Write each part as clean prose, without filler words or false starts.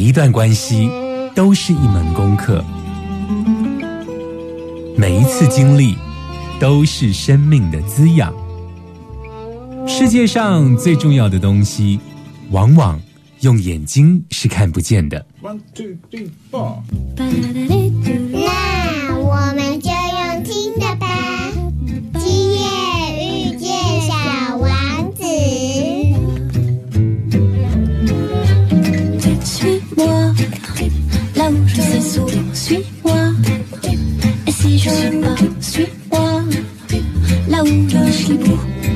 一段关系都是一门功课，每一次经历都是生命的滋养。世界上最重要的东西，往往用眼睛是看不见的。 1, 2, 3, 4。 那我们就用听的吧。今夜遇见小王子。 Suis-moi, là où je suis sourd, suis-moi. Et si je suis pas, suis-moi, là où je suis beau.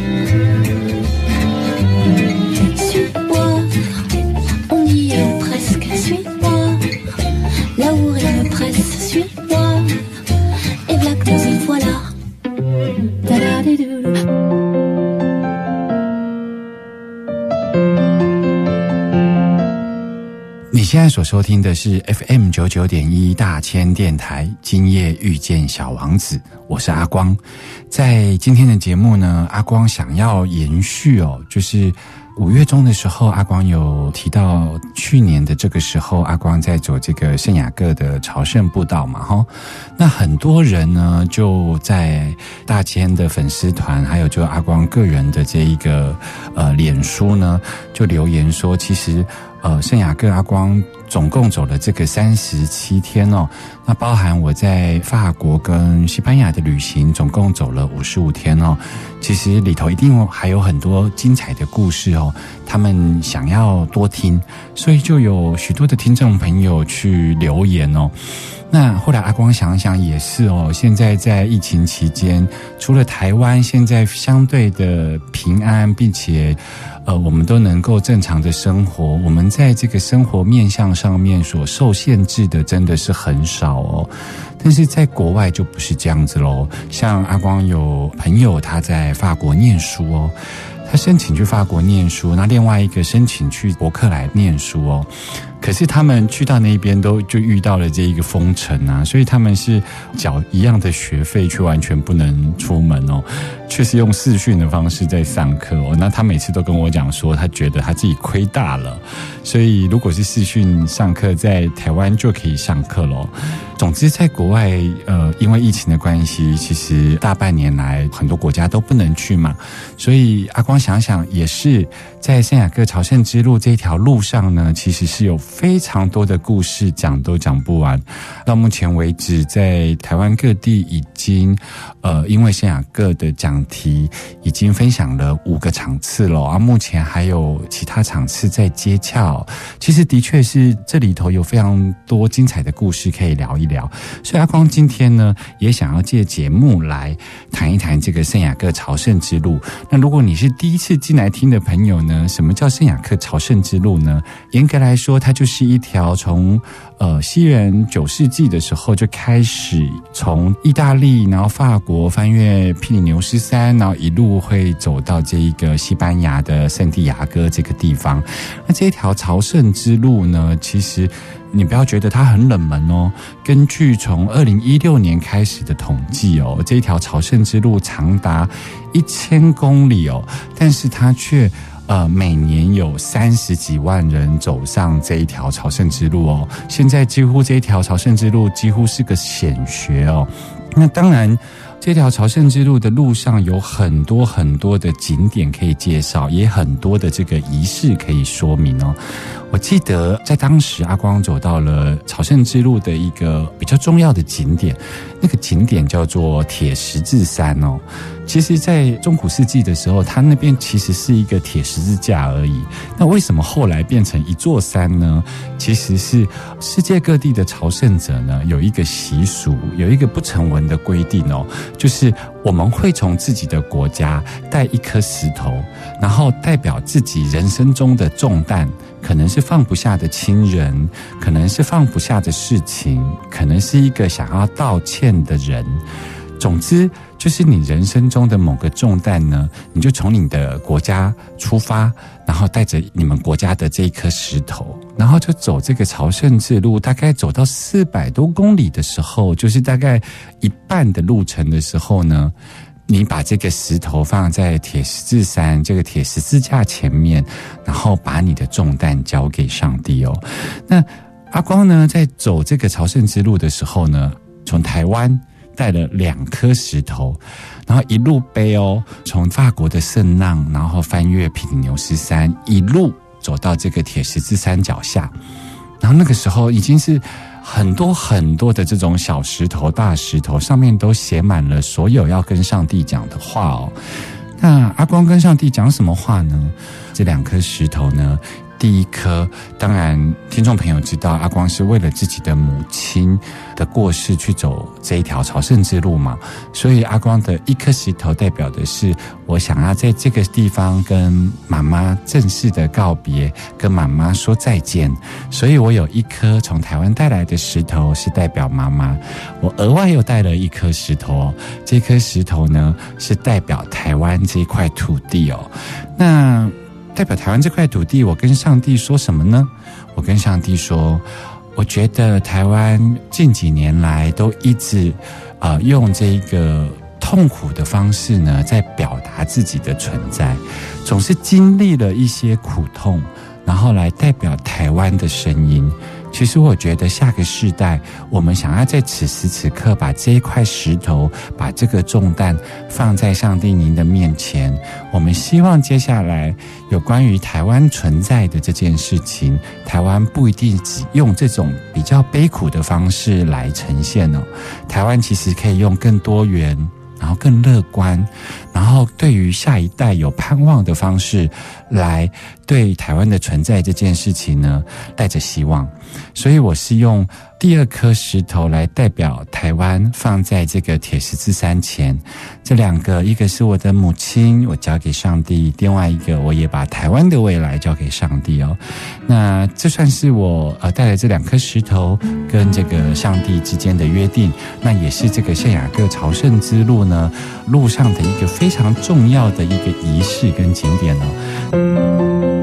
Suis-moi, on y est presque, suis-moi, là où rien ne presse, suis-moi. Et voilà que nous y voilà. Da-da-di-dou-dou. 你现在所收听的是 FM99.1 大千电台，今夜遇见小王子，我是阿光。在今天的节目呢，阿光想要延续就是5月中的时候，阿光有提到去年的这个时候，阿光在走这个圣雅各的朝圣步道嘛，那很多人呢就在大千的粉丝团，还有就阿光个人的这一个脸书呢，就留言说，其实圣雅各阿光总共走了这个37天那包含我在法国跟西班牙的旅行，总共走了55天其实里头一定还有很多精彩的故事他们想要多听，所以就有许多的听众朋友去留言那后来阿光想想也是现在在疫情期间，除了台湾现在相对的平安，并且我们都能够正常的生活，我们在这个生活面向上面所受限制的真的是很少但是在国外就不是这样子咯。像阿光有朋友他在法国念书他申请去法国念书，那另外一个申请去伯克莱念书可是他们去到那边就遇到了这一个封城啊，所以他们是缴一样的学费却完全不能出门却是用视讯的方式在上课那他每次都跟我讲说，他觉得他自己亏大了，所以如果是视讯上课，在台湾就可以上课咯。总之在国外因为疫情的关系，其实大半年来很多国家都不能去嘛，所以阿光想想也是在圣雅各朝圣之路这条路上呢，其实是有非常多的故事讲都讲不完。到目前为止，在台湾各地已经因为圣雅各的讲题已经分享了5个场次了目前还有其他场次在接洽其实的确是这里头有非常多精彩的故事可以聊一聊，所以阿光今天呢也想要借节目来谈一谈这个圣雅各朝圣之路。那如果你是第一次进来听的朋友呢，什么叫圣雅各朝圣之路呢？严格来说，它就是一条从西元9世纪的时候就开始从意大利，然后法国翻越庇里牛斯山，然后一路会走到这一个西班牙的圣地亚哥这个地方。那这一条朝圣之路呢，其实你不要觉得它很冷门根据从2016年开始的统计这一条朝圣之路长达1000公里但是它却每年有30几万人走上这一条朝圣之路现在几乎这一条朝圣之路几乎是个显学那当然这条朝圣之路的路上有很多很多的景点可以介绍，也很多的这个仪式可以说明我记得在当时阿光走到了朝圣之路的一个比较重要的景点，那个景点叫做铁十字山其实在中古世纪的时候，它那边其实是一个铁十字架而已。那为什么后来变成一座山呢？其实是世界各地的朝圣者呢有一个习俗，有一个不成文的规定就是我们会从自己的国家带一颗石头，然后代表自己人生中的重担，可能是放不下的亲人，可能是放不下的事情，可能是一个想要道歉的人。总之就是你人生中的某个重担呢，你就从你的国家出发，然后带着你们国家的这一颗石头，然后就走这个朝圣之路，大概走到400多公里的时候，就是大概一半的路程的时候呢， 你把这个石头放在铁十字山这个铁十字架前面，然后把你的重担交给上帝哦。那阿光呢，在走这个朝圣之路的时候呢，从台湾带了2颗石头，然后一路背哦，从法国的圣浪，然后翻越比利牛斯山，一路走到这个铁十字山脚下。然后那个时候已经是很多很多的这种小石头大石头，上面都写满了所有要跟上帝讲的话哦。那阿光跟上帝讲什么话呢？这2颗石头呢，第一颗当然听众朋友知道，阿光是为了自己的母亲的过世去走这一条朝圣之路嘛，所以阿光的1颗石头代表的是我想要在这个地方跟妈妈正式的告别，跟妈妈说再见，所以我有1颗从台湾带来的石头是代表妈妈。我额外又带了1颗石头，这颗石头呢是代表台湾这一块土地哦。那代表台湾这块土地，我跟上帝说什么呢？我跟上帝说，我觉得台湾近几年来都一直用这个痛苦的方式呢，在表达自己的存在，总是经历了一些苦痛，然后来代表台湾的声音。其实我觉得下个世代，我们想要在此时此刻把这一块石头，把这个重担放在上帝您的面前，我们希望接下来有关于台湾存在的这件事情，台湾不一定只用这种比较悲苦的方式来呈现哦，台湾其实可以用更多元，然后更乐观，然后对于下一代有盼望的方式来对台湾的存在这件事情呢，带着希望。所以我是用第2颗石头来代表台湾，放在这个铁十字山前。这2个，一个是我的母亲，我交给上帝；另外一个，我也把台湾的未来交给上帝哦。那这算是我带来这2颗石头跟这个上帝之间的约定，那也是这个圣雅各朝圣之路呢路上的一个非常重要的一个仪式跟景点哦。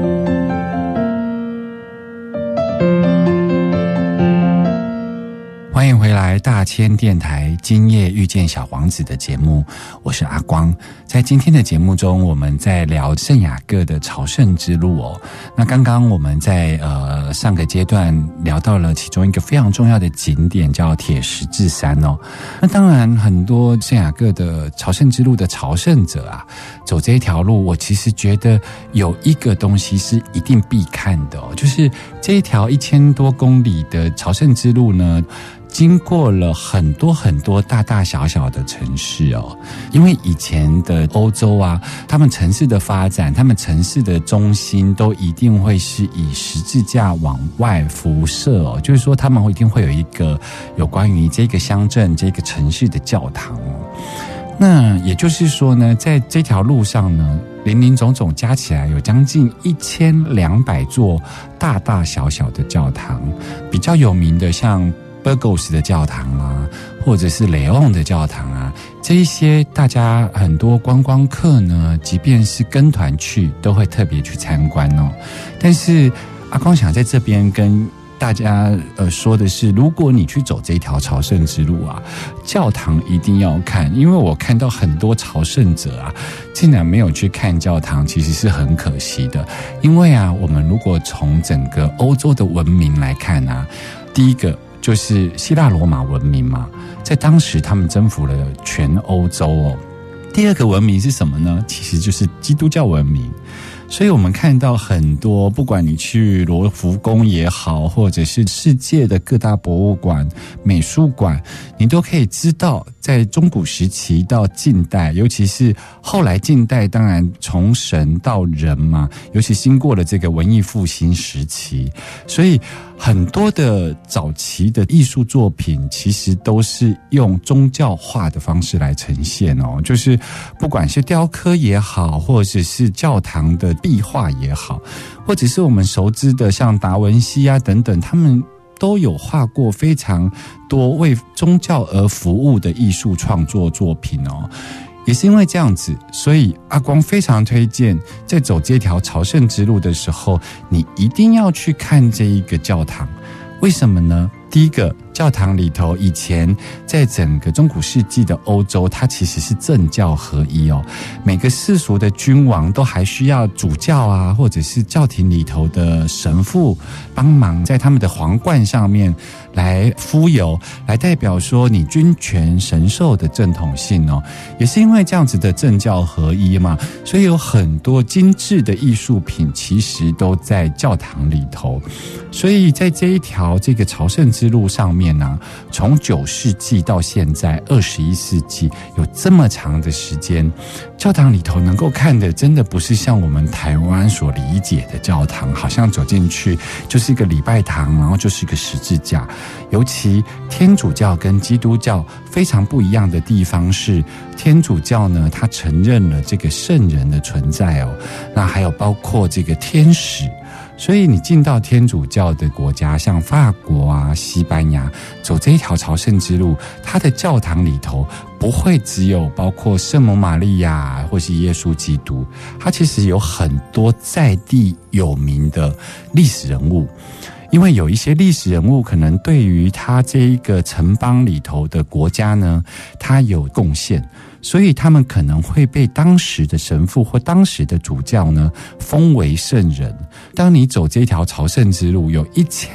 欢迎回来大千电台今夜遇见小王子的节目，我是阿光。在今天的节目中，我们在聊圣雅各的朝圣之路哦。那刚刚我们在上个阶段聊到了其中一个非常重要的景点，叫铁十字山哦。那当然很多圣雅各的朝圣之路的朝圣者啊，走这一条路，我其实觉得有一个东西是一定必看的哦，就是这一条1000多公里的朝圣之路呢，经过了很多很多大大小小的城市哦。因为以前的欧洲啊，他们城市的发展，他们城市的中心都一定会是以十字架往外辐射哦，就是说他们一定会有一个有关于这个乡镇这个城市的教堂哦。那也就是说呢，在这条路上呢，林林总总加起来有将近1200座大大小小的教堂，比较有名的像Burgos 的教堂啊，或者是雷昂的教堂啊，这一些大家很多观光客呢，即便是跟团去，都会特别去参观哦。但是阿光想在这边跟大家说的是，如果你去走这条朝圣之路啊，教堂一定要看，因为我看到很多朝圣者啊，竟然没有去看教堂，其实是很可惜的。因为啊，我们如果从整个欧洲的文明来看啊，第一个就是希腊罗马文明嘛，在当时他们征服了全欧洲哦。第二个文明是什么呢？其实就是基督教文明。所以我们看到很多，不管你去罗浮宫也好，或者是世界的各大博物馆、美术馆，你都可以知道，在中古时期到近代，尤其是后来近代，当然从神到人嘛，尤其经过了这个文艺复兴时期，所以很多的早期的艺术作品其实都是用宗教化的方式来呈现哦，就是不管是雕刻也好，或者是教堂的壁画也好，或者是我们熟知的像达文西啊等等，他们都有画过非常多为宗教而服务的艺术创作作品哦。也是因为这样子，所以阿光非常推荐，在走这条朝圣之路的时候，你一定要去看这一个教堂。为什么呢？第一个， 教堂里头以前在整个中古世纪的欧洲，它其实是政教合一哦，每个世俗的君王都还需要主教啊，或者是教廷里头的神父帮忙在他们的皇冠上面来敷油，来代表说你君权神授的正统性哦。也是因为这样子的政教合一嘛，所以有很多精致的艺术品其实都在教堂里头。所以在这一条这个朝圣之路上面呢，从9世纪到现在21世纪，有这么长的时间，教堂里头能够看的真的不是像我们台湾所理解的教堂，好像走进去就是一个礼拜堂，然后就是一个十字架。尤其天主教跟基督教非常不一样的地方是，天主教呢，它承认了这个圣人的存在哦，那还有包括这个天使。所以你进到天主教的国家，像法国啊、西班牙，走这一条朝圣之路，它的教堂里头不会只有包括圣母玛利亚或是耶稣基督，它其实有很多在地有名的历史人物。因为有一些历史人物可能对于他这一个城邦里头的国家呢，他有贡献，所以他们可能会被当时的神父或当时的主教呢封为圣人。当你走这条朝圣之路，有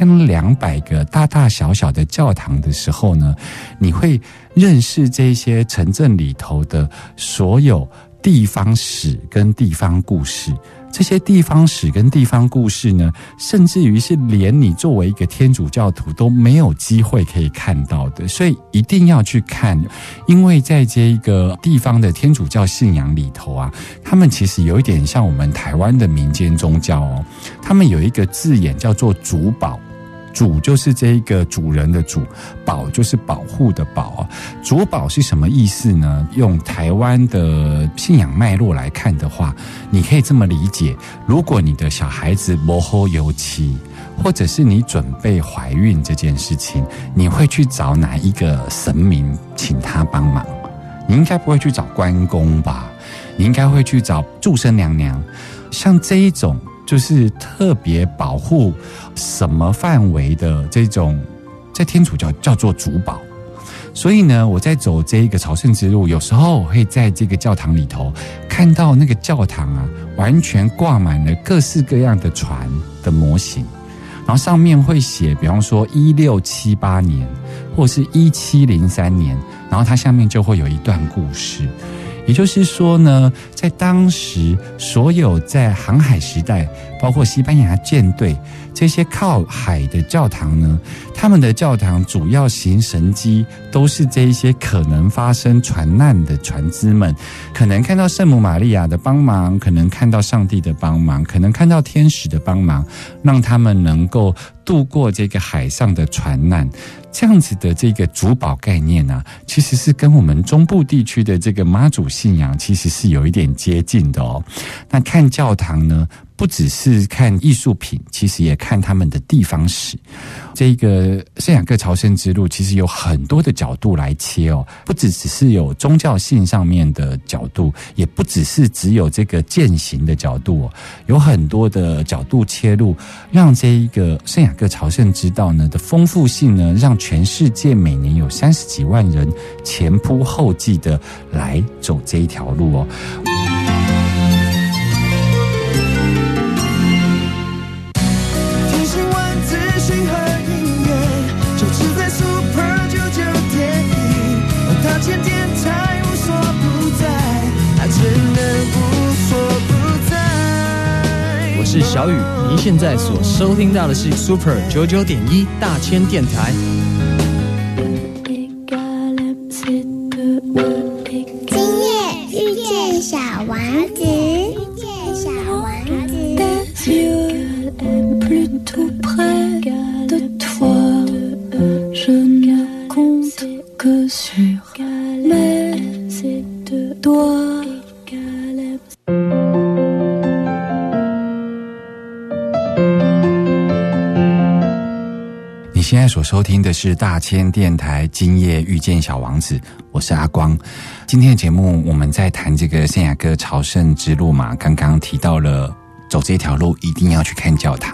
1200个大大小小的教堂的时候呢，你会认识这些城镇里头的所有地方史跟地方故事。这些地方史跟地方故事呢，甚至于是连你作为一个天主教徒都没有机会可以看到的，所以一定要去看。因为在这一个地方的天主教信仰里头啊，他们其实有一点像我们台湾的民间宗教哦，他们有一个字眼叫做主保。主就是这一个主人的主，保就是保护的保。主保是什么意思呢？用台湾的信仰脉络来看的话，你可以这么理解：如果你的小孩子没好油漆，或者是你准备怀孕这件事情，你会去找哪一个神明请他帮忙？你应该不会去找关公吧？你应该会去找祝生娘娘。像这一种就是特别保护什么范围的这种，在天主教叫做主保。所以呢，我在走这一个朝圣之路，有时候我会在这个教堂里头看到那个教堂啊，完全挂满了各式各样的船的模型，然后上面会写，比方说1678年或是1703年，然后它下面就会有一段故事。也就是说呢，在当时所有在航海时代，包括西班牙舰队这些靠海的教堂呢，他们的教堂主要行神迹都是这一些可能发生船难的船只们，可能看到圣母玛利亚的帮忙，可能看到上帝的帮忙，可能看到天使的帮忙，让他们能够度过这个海上的船难。这样子的这个主保概念啊，其实是跟我们中部地区的这个妈祖信仰其实是有一点接近的哦。那看教堂呢，不只是看艺术品，其实也看他们的地方史。这个圣雅各朝圣之路其实有很多的角度来切哦，不只是有宗教性上面的角度，也不只是只有这个践行的角度哦，有很多的角度切入，让这一个圣雅各朝圣之道呢的丰富性呢，让全世界每年有30几万人前仆后继的来走这一条路哦。 我是小雨，您现在所收听到的是 Super 99.1大千电台。 今夜遇见小王子，遇见小王子。 你现在所收听的是大千电台今夜遇见小王子，我是阿光。今天的节目我们在谈这个圣雅各朝圣之路嘛，刚刚提到了走这条路一定要去看教堂，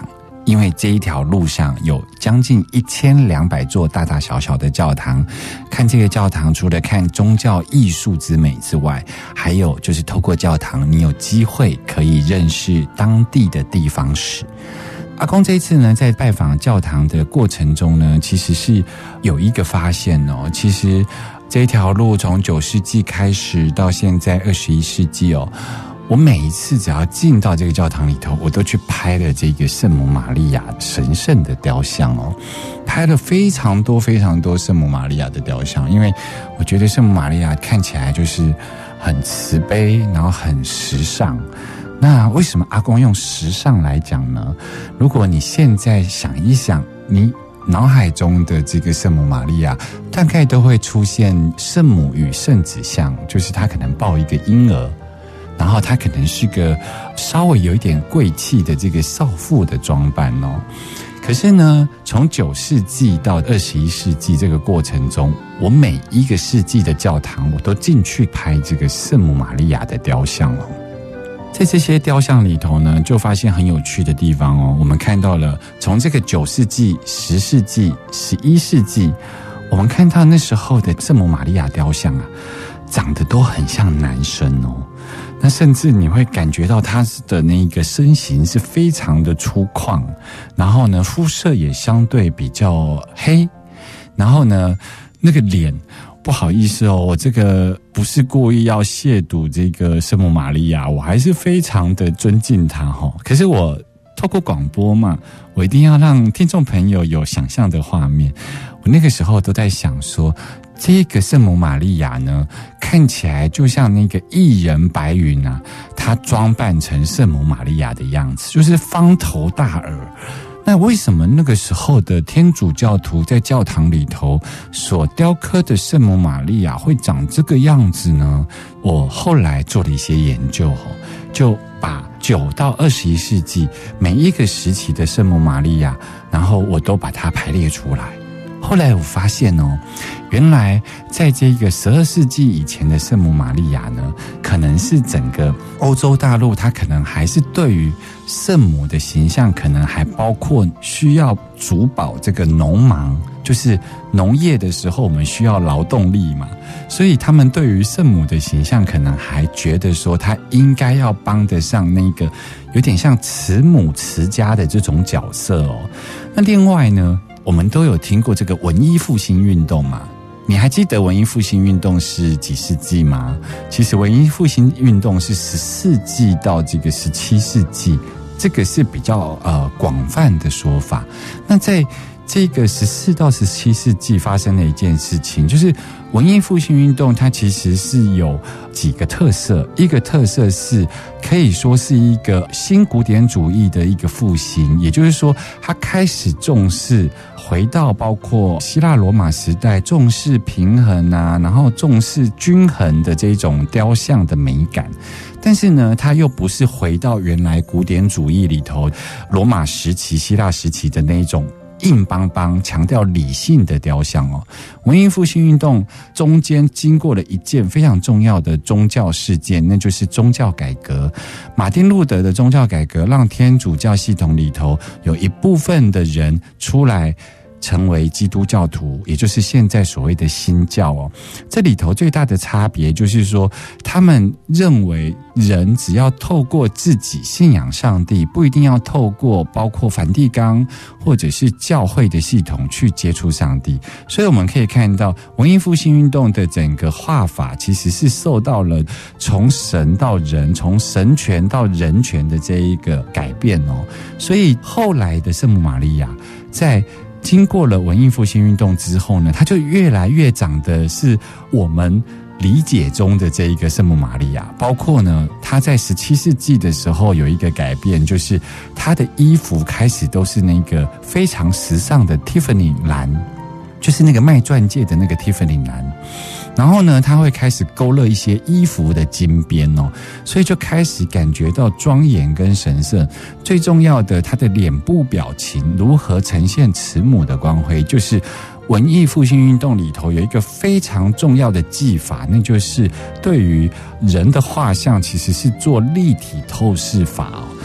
因为这一条路上有将近1200座大大小小的教堂，看这个教堂除了看宗教艺术之美之外，还有就是透过教堂你有机会可以认识当地的地方史。阿公这一次呢，在拜访教堂的过程中呢，其实是有一个发现哦，其实这一条路从9世纪开始到现在21世纪哦，我每一次只要进到这个教堂里头，我都去拍了这个圣母玛利亚神圣的雕像哦，拍了非常多圣母玛利亚的雕像，因为我觉得圣母玛利亚看起来就是很慈悲，然后很时尚。那为什么阿公用时尚来讲呢？如果你现在想一想，你脑海中的这个圣母玛利亚大概都会出现圣母与圣子像，就是她可能抱一个婴儿，然后她可能是个稍微有一点贵气的这个少妇的装扮哦。可是呢，从9世纪到21世纪这个过程中，我每一个世纪的教堂我都进去拍这个圣母玛利亚的雕像哦。在这些雕像里头呢，就发现很有趣的地方哦。我们看到了从这个9世纪、10世纪、11世纪，我们看到那时候的圣母玛利亚雕像啊，长得都很像男生哦。那甚至你会感觉到他的那个身形是非常的粗犷，然后呢，肤色也相对比较黑，然后呢，那个脸。不好意思哦，我这个不是故意要亵渎这个圣母玛利亚，我还是非常的尊敬她哦。可是我透过广播嘛，我一定要让听众朋友有想象的画面。我那个时候都在想说，这个圣母玛利亚呢，看起来就像那个艺人白云啊，她装扮成圣母玛利亚的样子，就是方头大耳。那为什么那个时候的天主教徒在教堂里头所雕刻的圣母玛利亚会长这个样子呢？我后来做了一些研究就把9到21世纪每一个时期的圣母玛利亚，然后我都把它排列出来。后来我发现哦，原来在这个12世纪以前的圣母玛利亚呢，可能是整个欧洲大陆，它可能还是对于圣母的形象，可能还包括需要主保这个农忙，就是农业的时候我们需要劳动力嘛，所以他们对于圣母的形象可能还觉得说，她应该要帮得上那个有点像慈母慈家的这种角色哦。那另外呢，我们都有听过这个文艺复兴运动嘛？你还记得文艺复兴运动是几世纪吗？其实文艺复兴运动是14纪到这个17世纪，这个是比较广泛的说法。那在这个14到17世纪发生的一件事情，就是文艺复兴运动它其实是有几个特色。一个特色是可以说是一个新古典主义的一个复兴，也就是说它开始重视回到包括希腊罗马时代重视平衡啊，然后重视均衡的这种雕像的美感。但是呢，它又不是回到原来古典主义里头罗马时期希腊时期的那一种硬邦邦强调理性的雕像哦。文艺复兴运动中间经过了一件非常重要的宗教事件，那就是宗教改革。马丁路德的宗教改革让天主教系统里头有一部分的人出来成为基督教徒，也就是现在所谓的新教哦。这里头最大的差别就是说，他们认为人只要透过自己信仰上帝，不一定要透过包括梵蒂冈或者是教会的系统去接触上帝。所以我们可以看到文艺复兴运动的整个画法其实是受到了从神到人，从神权到人权的这一个改变哦。所以后来的圣母玛利亚在经过了文艺复兴运动之后呢，它就越来越长的是我们理解中的这一个圣母玛利亚。包括呢，她在17世纪的时候有一个改变，就是她的衣服开始都是那个非常时尚的 Tiffany 蓝，就是那个卖钻戒的那个 Tiffany 蓝。然后呢，他会开始勾勒一些衣服的金边哦，所以就开始感觉到庄严跟神圣。最重要的，他的脸部表情如何呈现慈母的光辉，就是文艺复兴运动里头有一个非常重要的技法，那就是对于人的画像其实是做立体透视法哦。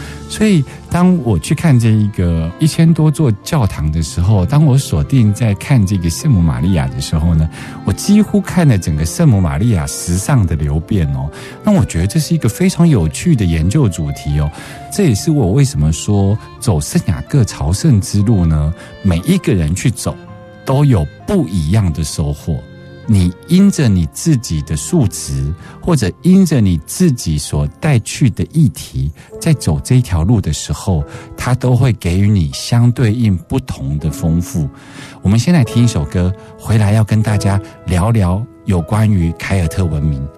所以当我去看这一个1000多座教堂的时候，当我锁定在看这个圣母玛利亚的时候呢，我几乎看了整个圣母玛利亚时尚的流变哦。那我觉得这是一个非常有趣的研究主题哦。这也是我为什么说走圣雅各朝圣之路呢，每一个人去走都有不一样的收获。你因着你自己的素质，或者因着你自己所带去的议题，在走这一条路的时候，它都会给予你相对应不同的丰富。我们先来听一首歌，回来要跟大家聊聊有关于凯尔特文明。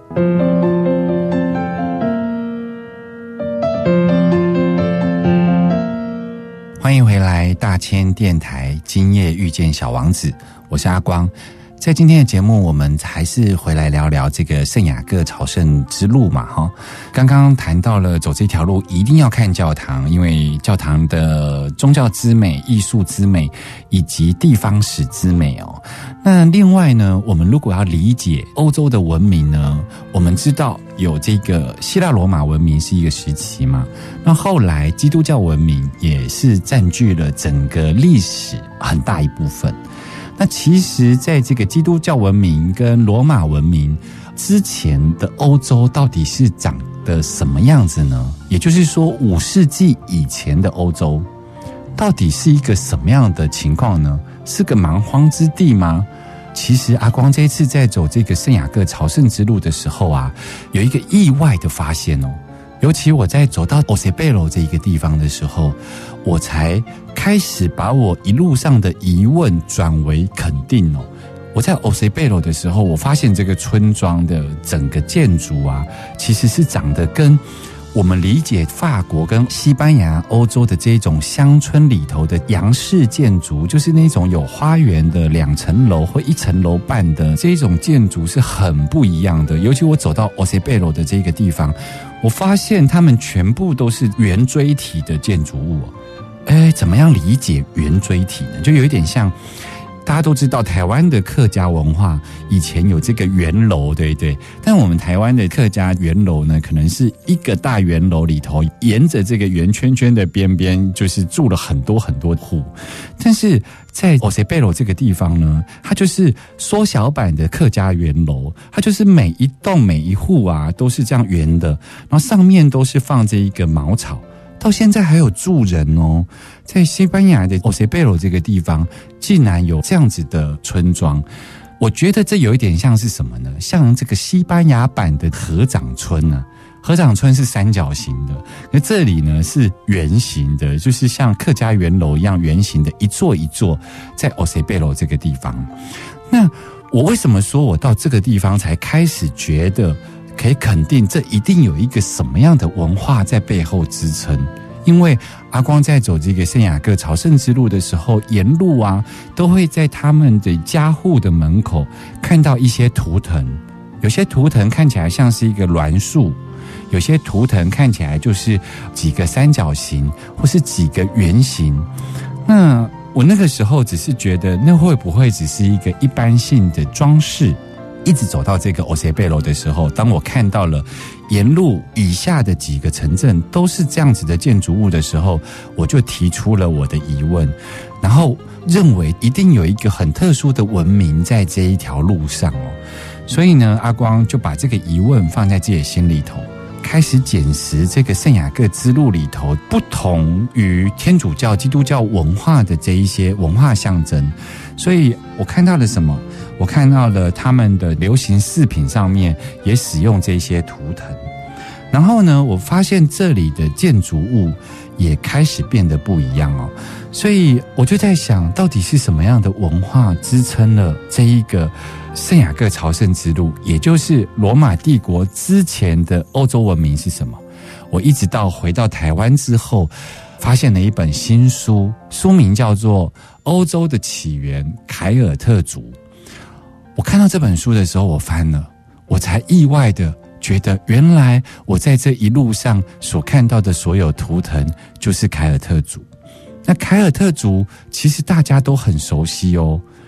欢迎回来大千电台，今夜遇见小王子，我是阿光。在今天的节目，我们还是回来聊聊这个圣雅各朝圣之路嘛，哈。刚刚谈到了走这条路一定要看教堂，因为教堂的宗教之美、艺术之美以及地方史之美哦。那另外呢，我们如果要理解欧洲的文明呢，我们知道有这个希腊罗马文明是一个时期嘛，那后来基督教文明也是占据了整个历史很大一部分。那其实在这个基督教文明跟罗马文明之前的欧洲到底是长得什么样子呢？也就是说5世纪以前的欧洲到底是一个什么样的情况呢？是个蛮荒之地吗？其实阿光这一次在走这个圣雅各朝圣之路的时候啊，有一个意外的发现哦。尤其我在走到欧塞贝罗这一个地方的时候，我才开始把我一路上的疑问转为肯定哦。我在欧塞贝罗的时候，我发现这个村庄的整个建筑啊，其实是长得跟我们理解法国跟西班牙、欧洲的这种乡村里头的洋式建筑，就是那种有花园的2层楼或1层楼半的这种建筑是很不一样的。尤其我走到欧塞贝罗的这个地方，我发现他们全部都是圆锥体的建筑物。怎么样理解圆锥体呢？就有一点像大家都知道台湾的客家文化以前有这个圆楼，对不对？但我们台湾的客家圆楼呢，可能是一个大圆楼里头，沿着这个圆圈圈的边边，就是住了很多很多户。但是在欧塞贝罗这个地方呢，它就是缩小版的客家圆楼，它就是每一栋每一户啊都是这样圆的，然后上面都是放着一个茅草。到现在还有住人哦，在西班牙的欧塞贝罗这个地方竟然有这样子的村庄。我觉得这有一点像是什么呢？像这个西班牙版的合掌村呢。合掌村是三角形的，而这里呢是圆形的，就是像客家圆楼一样圆形的，一座一座在欧塞贝罗这个地方。那我为什么说我到这个地方才开始觉得可以肯定这一定有一个什么样的文化在背后支撑？因为阿光在走这个圣雅各朝圣之路的时候，沿路啊都会在他们的家户的门口看到一些图腾，有些图腾看起来像是一个栾树，有些图腾看起来就是几个三角形或是几个圆形。那我那个时候只是觉得那会不会只是一个一般性的装饰？一直走到这个欧塞贝罗的时候，当我看到了沿路以下的几个城镇都是这样子的建筑物的时候，我就提出了我的疑问，然后认为一定有一个很特殊的文明在这一条路上哦。所以呢，阿光就把这个疑问放在自己的心里头，开始检视这个圣雅各之路里头不同于天主教、基督教文化的这一些文化象征。所以我看到了什么？我看到了他们的流行饰品上面也使用这些图腾。然后呢，我发现这里的建筑物也开始变得不一样哦。所以我就在想，到底是什么样的文化支撑了这一个圣雅各朝圣之路，也就是罗马帝国之前的欧洲文明是什么？我一直到回到台湾之后，发现了一本新书，书名叫做《欧洲的起源：凯尔特族》。我看到这本书的时候，我翻了，我才意外的觉得，原来我在这一路上所看到的所有图腾就是凯尔特族。那凯尔特族其实大家都很熟悉哦。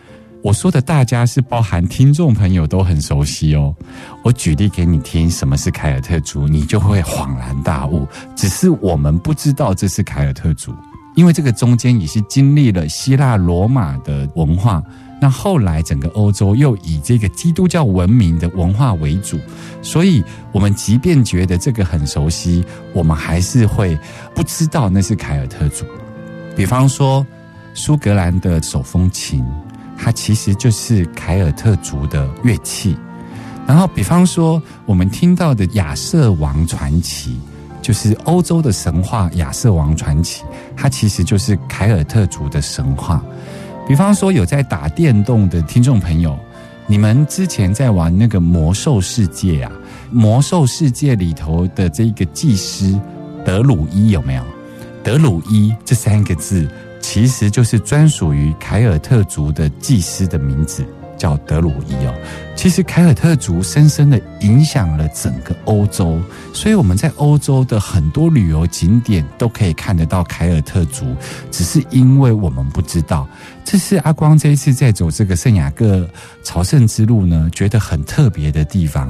我说的大家是包含听众朋友都很熟悉哦。我举例给你听，什么是凯尔特族，你就会恍然大悟。只是我们不知道这是凯尔特族，因为这个中间也是经历了希腊罗马的文化，那后来整个欧洲又以这个基督教文明的文化为主，所以我们即便觉得这个很熟悉，我们还是会不知道那是凯尔特族。比方说苏格兰的手风琴，它其实就是凯尔特族的乐器。然后比方说我们听到的亚瑟王传奇，就是欧洲的神话亚瑟王传奇，它其实就是凯尔特族的神话。比方说有在打电动的听众朋友，你们之前在玩那个魔兽世界啊，魔兽世界里头的这个祭司德鲁伊有没有？德鲁伊这3个字其实就是专属于凯尔特族的祭司的名字，叫德鲁伊哦。其实凯尔特族深深的影响了整个欧洲，所以我们在欧洲的很多旅游景点都可以看得到凯尔特族，只是因为我们不知道。这是阿光这一次在走这个圣雅各朝圣之路呢，觉得很特别的地方。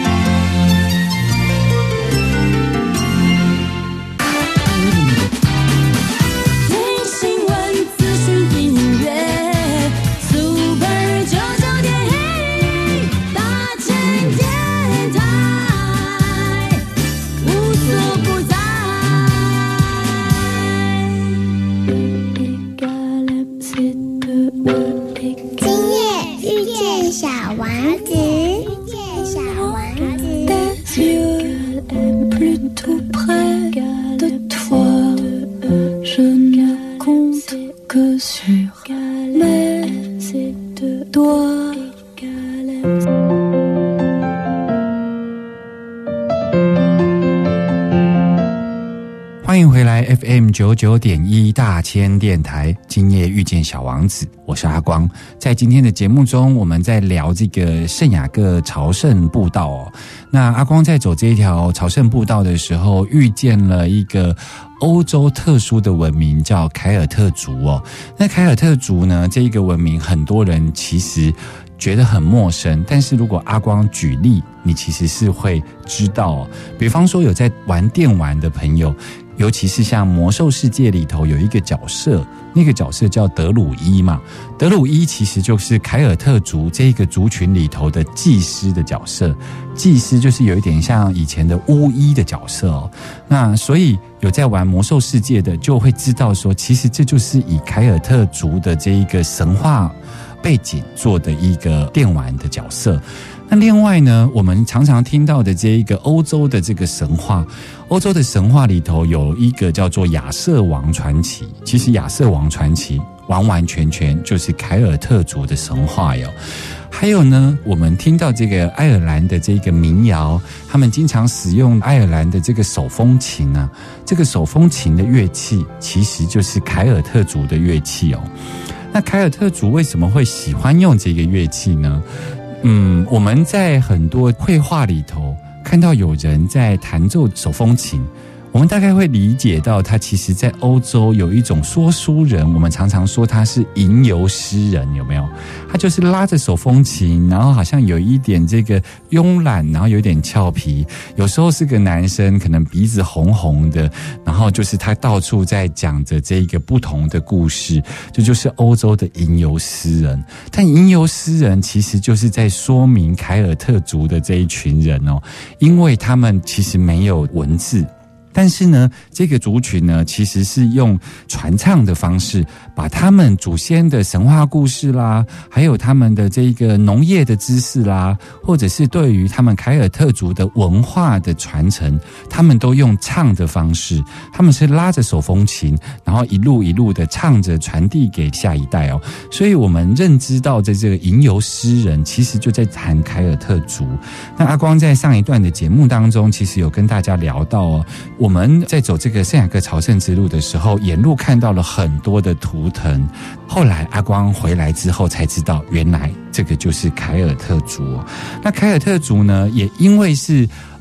欢迎回来 FM99.1 大千电台，今夜遇见小王子，我是阿光。在今天的节目中，我们在聊这个圣雅各朝圣步道哦。那阿光在走这一条朝圣步道的时候，遇见了一个欧洲特殊的文明，叫凯尔特族哦。那凯尔特族呢，这一个文明很多人其实觉得很陌生，但是如果阿光举例，你其实是会知道哦。比方说有在玩电玩的朋友，尤其是像魔兽世界里头有一个角色，那个角色叫德鲁伊嘛。德鲁伊其实就是凯尔特族这个族群里头的祭司的角色，祭司就是有一点像以前的巫医的角色哦。那所以有在玩魔兽世界的就会知道说，其实这就是以凯尔特族的这一个神话背景做的一个电玩的角色。那另外呢，我们常常听到的这一个欧洲的这个神话，欧洲的神话里头有一个叫做亚瑟王传奇。其实亚瑟王传奇完完全全就是凯尔特族的神话哟。还有呢，我们听到这个爱尔兰的这个民谣，他们经常使用爱尔兰的这个手风琴啊，这个手风琴的乐器其实就是凯尔特族的乐器哦。那凯尔特族为什么会喜欢用这个乐器呢？我们在很多绘画里头看到有人在弹奏手风琴，我们大概会理解到他其实在欧洲有一种说书人，我们常常说他是吟游诗人，有没有？他就是拉着手风琴，然后好像有一点这个慵懒，然后有点俏皮，有时候是个男生，可能鼻子红红的，然后就是他到处在讲着这个不同的故事，这就是欧洲的吟游诗人。但吟游诗人其实就是在说明凯尔特族的这一群人哦，因为他们其实没有文字，但是呢，这个族群呢，其实是用传唱的方式，把他们祖先的神话故事啦，还有他们的这个农业的知识啦，或者是对于他们凯尔特族的文化的传承，他们都用唱的方式，他们是拉着手风琴，然后一路一路的唱着传递给下一代哦。所以我们认知到的这个吟游诗人，其实就在谈凯尔特族。那阿光在上一段的节目当中，其实有跟大家聊到哦，我们在走这个圣雅各朝圣之路的时候，沿路看到了很多的图腾。后来阿光回来之后才知道，原来这个就是凯尔特族。那凯尔特族呢，也因为是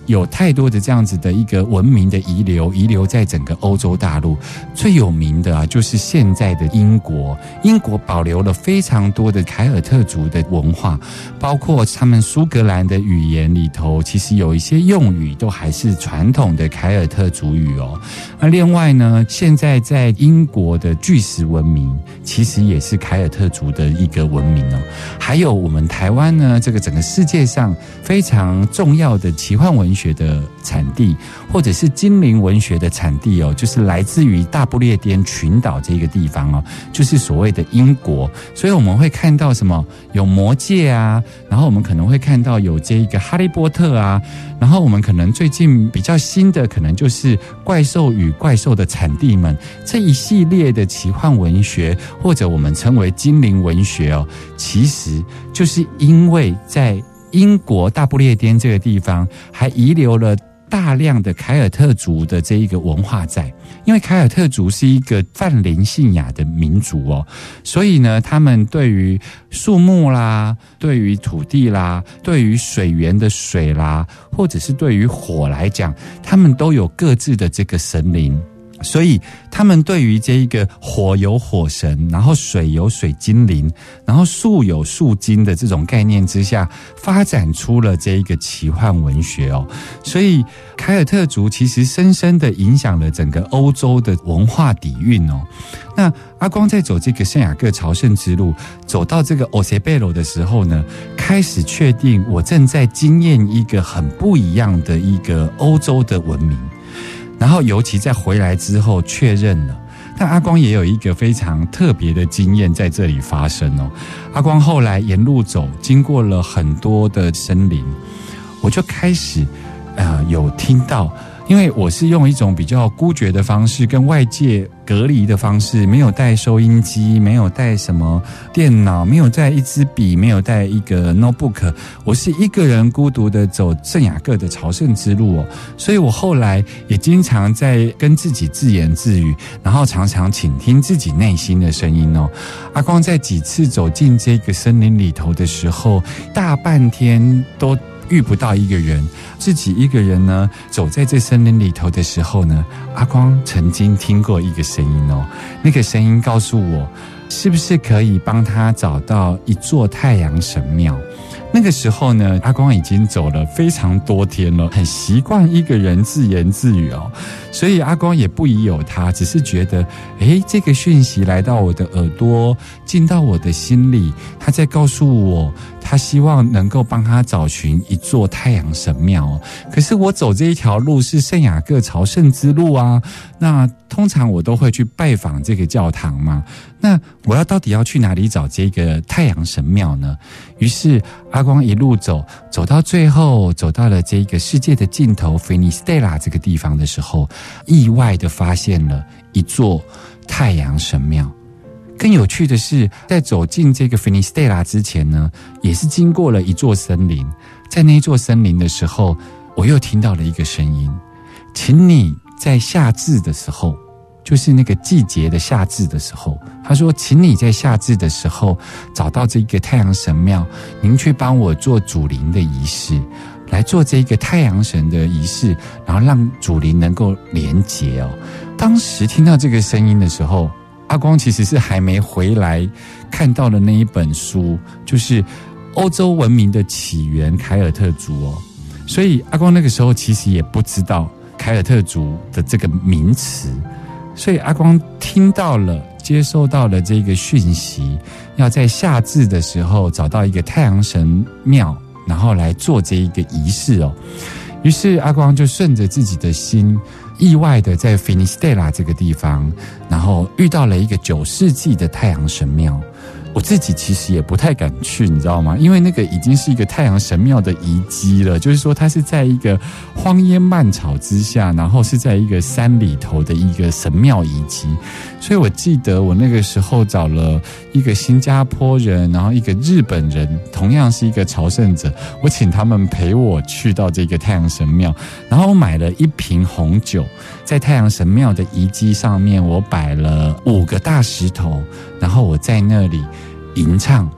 有太多的这样子的一个文明的遗留在整个欧洲大陆。最有名的就是现在的英国保留了非常多的凯尔特族的文化，包括他们苏格兰的语言里头，其实有一些用语都还是传统的凯尔特族语哦。那另外呢，现在在英国的巨石文明其实也是凯尔特族的一个文明哦。还有我们台湾呢，这个整个世界上非常重要的奇幻文学的产地，或者是精灵文学的产地哦，就是来自于大不列颠群岛这个地方哦，就是所谓的英国。所以我们会看到什么有魔戒啊，然后我们可能会看到有这个哈利波特啊，然后我们可能最近比较新的可能就是怪兽与怪兽的产地们这一系列的奇幻文学，或者我们称为精灵文学哦，其实就是因为在英国大不列颠这个地方还遗留了大量的凯尔特族的这一个文化在。因为凯尔特族是一个泛灵信仰的民族哦，所以呢，他们对于树木啦，对于土地啦，对于水源的水啦，或者是对于火来讲，他们都有各自的这个神灵。所以他们对于这一个火有火神，然后水有水精灵，然后树有树精的这种概念之下，发展出了这一个奇幻文学哦。所以凯尔特族其实深深的影响了整个欧洲的文化底蕴哦。那阿光在走这个圣雅各朝圣之路，走到这个欧塞贝罗的时候呢，开始确定我正在经验一个很不一样的一个欧洲的文明。然后尤其在回来之后确认了，但阿光也有一个非常特别的经验在这里发生哦。阿光后来沿路走，经过了很多的森林，我就开始有听到，因为我是用一种比较孤绝的方式跟外界隔离的方式，没有带收音机，没有带什么电脑，没有带一支笔，没有带一个 notebook， 我是一个人孤独的走圣雅各的朝圣之路哦。所以我后来也经常在跟自己自言自语，然后常常倾听自己内心的声音哦。阿光在几次走进这个森林里头的时候，大半天都遇不到一个人，自己一个人呢走在这森林里头的时候呢，阿光曾经听过一个声音哦，那个声音告诉我，是不是可以帮他找到一座太阳神庙。那个时候呢，阿光已经走了非常多天了，很习惯一个人自言自语哦，所以阿光也不疑有他，只是觉得这个讯息来到我的耳朵，进到我的心里，他在告诉我他希望能够帮他找寻一座太阳神庙哦。可是我走这一条路是圣雅各朝圣之路啊，那通常我都会去拜访这个教堂嘛，那我到底要去哪里找这个太阳神庙呢？于是阿光一路走到最后，走到了这个世界的尽头菲尼斯戴拉这个地方的时候，意外的发现了一座太阳神庙。更有趣的是，在走进这个菲尼斯戴拉之前呢，也是经过了一座森林。在那座森林的时候，我又听到了一个声音，请你在夏至的时候，就是那个季节的夏至的时候，他说请你在夏至的时候找到这个太阳神庙，您去帮我做主灵的仪式，来做这个太阳神的仪式，然后让主灵能够连结哦。当时听到这个声音的时候，阿光其实是还没回来看到的那一本书，就是欧洲文明的起源凯尔特族哦。所以阿光那个时候其实也不知道凯尔特族的这个名词，所以阿光听到了，接受到了这个讯息，要在夏至的时候找到一个太阳神庙，然后来做这一个仪式哦。于是阿光就顺着自己的心，意外的在菲尼斯戴拉这个地方，然后遇到了一个9世纪的太阳神庙。我自己其实也不太敢去，你知道吗？因为那个已经是一个太阳神庙的遗迹了，就是说它是在一个荒烟蔓草之下，然后是在一个山里头的一个神庙遗迹。所以我记得我那个时候找了一个新加坡人，然后一个日本人，同样是一个朝圣者，我请他们陪我去到这个太阳神庙，然后我买了1瓶红酒，在太阳神庙的遗迹上面我摆了5个大石头，然后我在那里吟唱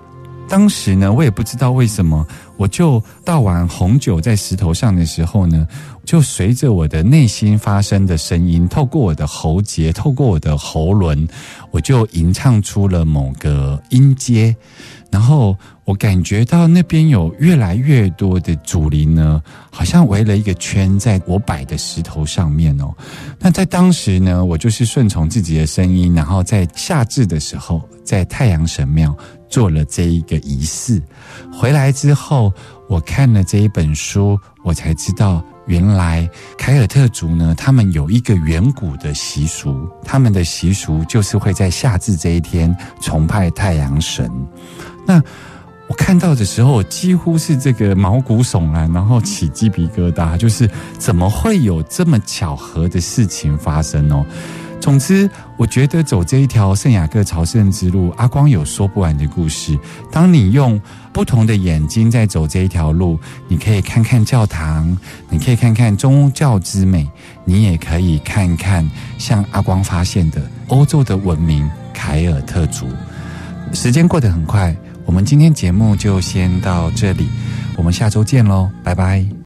当时呢，我也不知道为什么，我就倒完红酒在石头上的时候呢，就随着我的内心发生的声音，透过我的喉结，透过我的喉轮，我就吟唱出了某个音阶，然后我感觉到那边有越来越多的祖灵呢，好像围了一个圈在我摆的石头上面哦。那在当时呢，我就是顺从自己的声音，然后在夏至的时候，在太阳神庙做了这一个仪式。回来之后，我看了这一本书，我才知道原来凯尔特族呢，他们有一个远古的习俗，他们的习俗就是会在夏至这一天崇拜太阳神。那我看到的时候，我几乎是这个毛骨悚然，然后起鸡皮疙瘩，就是怎么会有这么巧合的事情发生哦？总之，我觉得走这一条圣雅各朝圣之路，阿光有说不完的故事。当你用不同的眼睛在走这一条路，你可以看看教堂，你可以看看宗教之美，你也可以看看像阿光发现的欧洲的文明凯尔特族。时间过得很快，我们今天节目就先到这里，我们下周见咯，拜拜。